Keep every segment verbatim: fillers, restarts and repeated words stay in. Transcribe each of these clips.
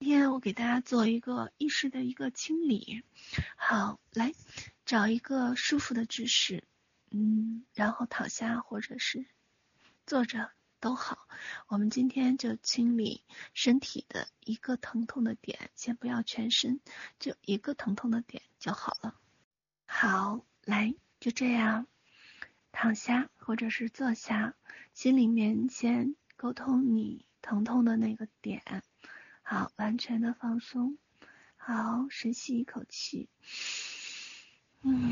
今天我给大家做一个意识的一个清理。好，来找一个舒服的姿势，嗯，然后躺下或者是坐着都好。我们今天就清理身体的一个疼痛的点，先不要全身，就一个疼痛的点就好了。好，来就这样躺下或者是坐下，心里面先沟通你疼痛的那个点。好，完全的放松。好，深吸一口气。嗯，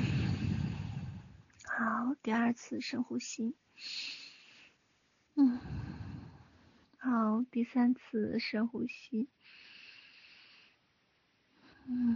好，第二次深呼吸。嗯，好，第三次深呼吸。嗯，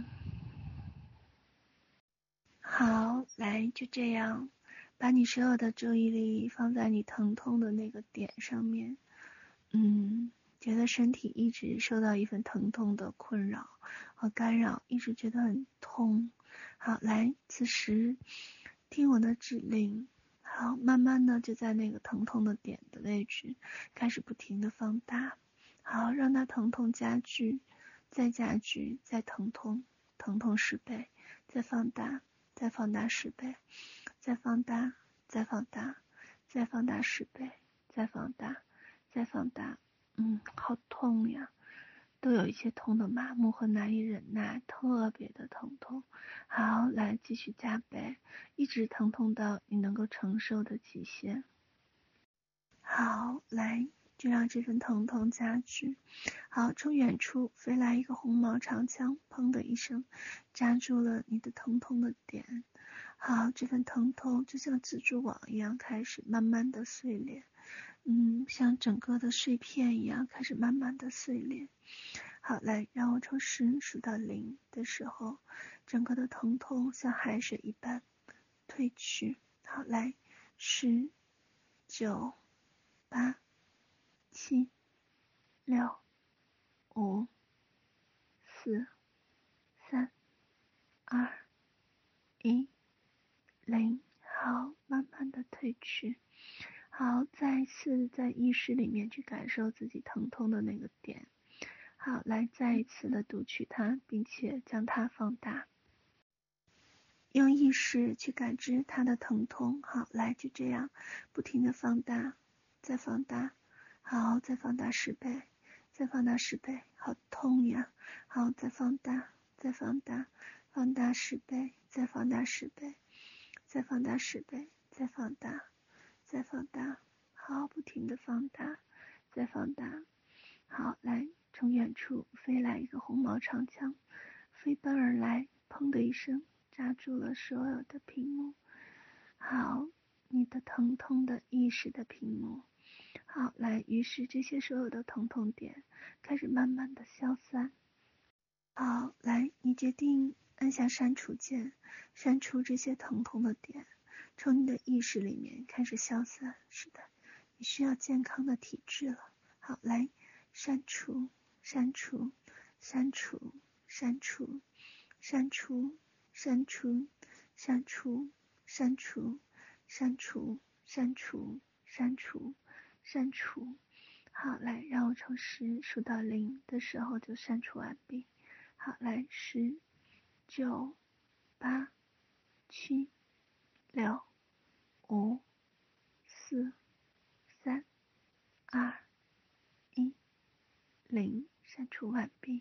好，来，就这样，把你所有的注意力放在你疼痛的那个点上面。嗯，觉得身体一直受到一份疼痛的困扰和干扰，一直觉得很痛。好，来，此时听我的指令。好，慢慢的就在那个疼痛的点的位置开始不停的放大。好，让它疼痛加剧，再加剧，再疼痛，疼痛十倍，再放大，再放大十倍，再放大，再放大，再放大十倍，再放大，再放大。嗯，好痛呀，都有一些痛的麻木和难以忍耐，特别的疼痛。好，来继续加倍，一直疼痛到你能够承受的极限。好，来就让这份疼痛加剧。好，从远处飞来一个红毛长枪，砰的一声扎住了你的疼痛的点。好，这份疼痛就像蜘蛛网一样开始慢慢的碎裂，嗯，像整个的碎片一样开始慢慢的碎裂。好，来让我从十数到零的时候，整个的疼痛像海水一般退去。好，来十、九、八、七、六、五、四、三、二、一、零。好，慢慢的退去。好，再次在意识里面去感受自己疼痛的那个点。好，来再一次的读取它，并且将它放大，用意识去感知它的疼痛。好，来就这样不停的放大，再放大。好，再放大十倍，再放大十倍，好痛呀。好，再放大，再放大，放大十倍，再放大十倍，再放大十倍，再放大，再放大。好，不停的放大，再放大。好，来，从远处飞来一个红毛长枪，飞奔而来，砰的一声扎住了所有的屏幕。好，你的疼痛的意识的屏幕。好，来，于是这些所有的疼痛点开始慢慢的消散。好，来，你决定按下删除键，删除这些疼痛的点，从你的意识里面开始消散。是的，你需要健康的体质了。好，来，删除，删除，删除，删除，删除，删除，删除，删除，删除，删除，删除，删除。好，来，让我从十数到零的时候就删除完毕。好，来，十、九、八、七、六、五、四、三、二、一、零，删除完毕。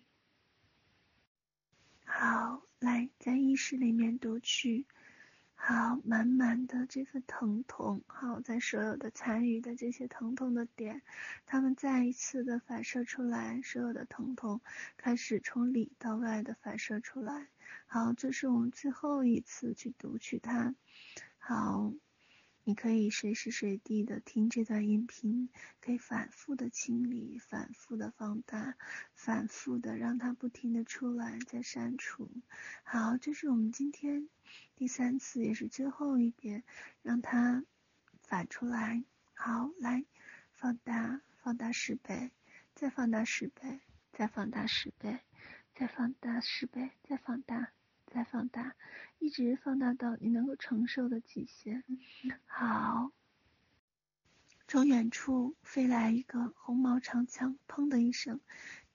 好，来，在意识里面读取。好，满满的这份疼痛。好，在所有的参与的这些疼痛的点，它们再一次的反射出来，所有的疼痛开始从里到外的反射出来。好，这是我们最后一次去读取它。好，你可以随时随地的听这段音频，可以反复的清理，反复的放大，反复的让它不停的出来，再删除。好，这是我们今天第三次，也是最后一遍，让它反出来。好，来，放大，放大十倍，再放大十倍，再放大十倍，再放大十倍，再放大，再放大，一直放大到你能够承受的极限。好，从远处飞来一个红毛长枪，砰的一声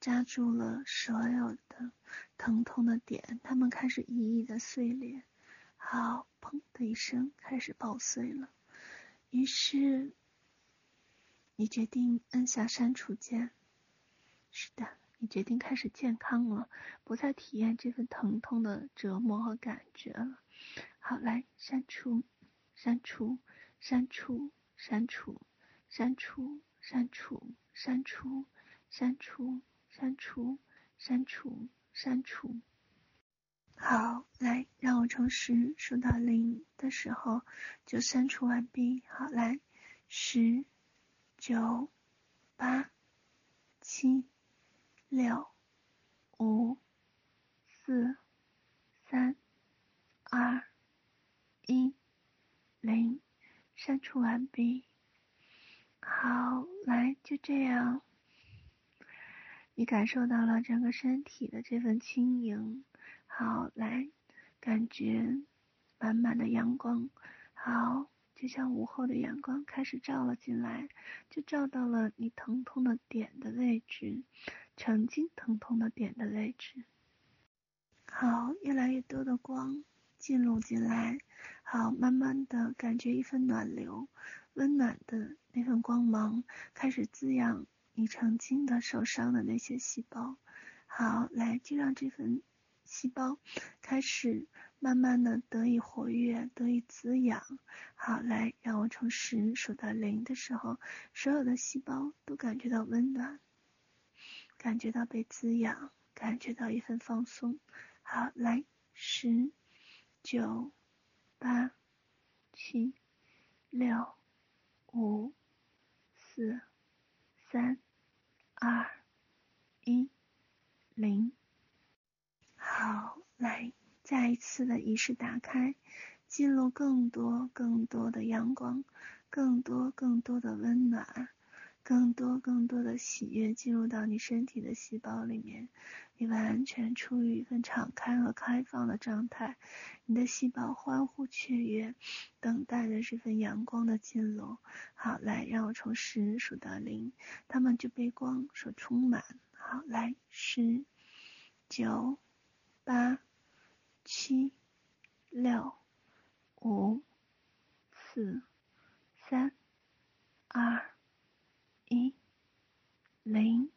扎住了所有的疼痛的点，它们开始一一的碎裂，好，砰的一声开始爆碎了。于是你决定按下删除键。是的，你决定开始健康了，不再体验这份疼痛的折磨和感觉了。好，来删除删除删除删除删除删除删除删除删除删除删除。好，来让我从十数到零的时候就删除完毕。好，来十九八七六五四三二一零，删除完毕。好，来就这样，你感受到了整个身体的这份轻盈。好，来感觉满满的阳光，好，就像午后的阳光开始照了进来，就照到了你疼痛的点的位置，曾经疼痛的点的位置。好，越来越多的光进入进来，好，慢慢的感觉一份暖流，温暖的那份光芒开始滋养你曾经的受伤的那些细胞。好，来就让这份细胞开始慢慢的得以活跃，得以滋养。好，来让我从十数到零的时候，所有的细胞都感觉到温暖，感觉到被滋养，感觉到一份放松。好，来十九八七六五四三二一零。好，来再一次的仪式打开，进入更多更多的阳光，更多更多的温暖，更多更多的喜悦进入到你身体的细胞里面。你完全处于一份敞开和开放的状态，你的细胞欢呼雀跃，等待着这份阳光的进入。好，来让我从十数到零，它们就被光所充满。好，来十九八七六五四三二一零。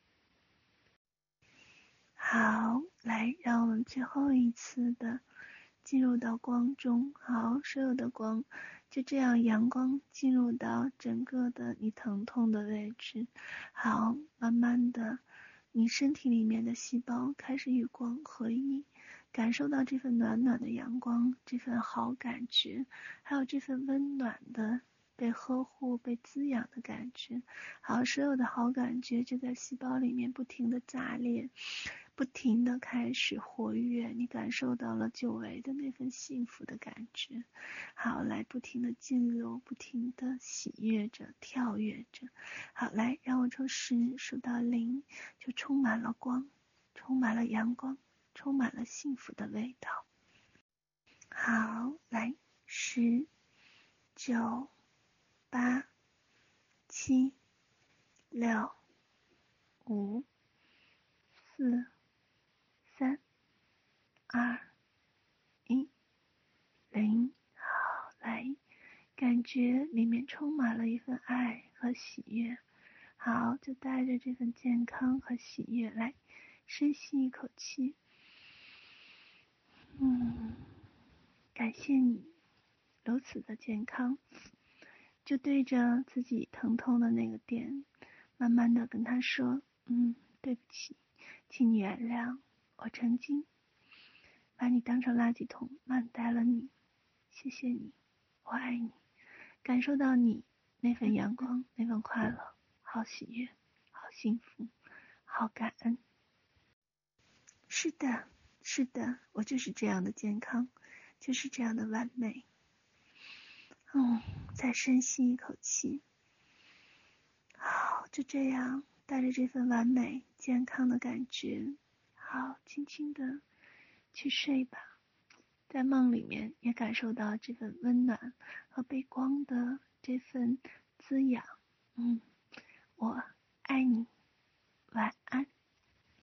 好，来让我们最后一次的进入到光中。好，所有的光就这样阳光进入到整个的你疼痛的位置。好，慢慢的你身体里面的细胞开始与光合一，感受到这份暖暖的阳光，这份好感觉，还有这份温暖的被呵护被滋养的感觉。好，所有的好感觉就在细胞里面不停的炸裂，不停的开始活跃，你感受到了久违的那份幸福的感觉。好，来不停的进入，不停的喜悦着跳跃着。好，来让我从十数到零，就充满了光，充满了阳光，充满了幸福的味道。好，来十九八七六五四三二一零。好，来感觉里面充满了一份爱和喜悦。好，就带着这份健康和喜悦，来深吸一口气。嗯，感谢你如此的健康。就对着自己疼痛的那个点，慢慢的跟他说，嗯，对不起，请你原谅，我曾经把你当成垃圾桶慢待了你，谢谢你，我爱你，感受到你那份阳光，那份快乐，好喜悦，好幸福，好感恩。是的，是的，我就是这样的健康，就是这样的完美。嗯，再深吸一口气。好，就这样带着这份完美健康的感觉，好，轻轻的去睡吧。在梦里面也感受到这份温暖和被光的这份滋养。嗯，我爱你，晚安。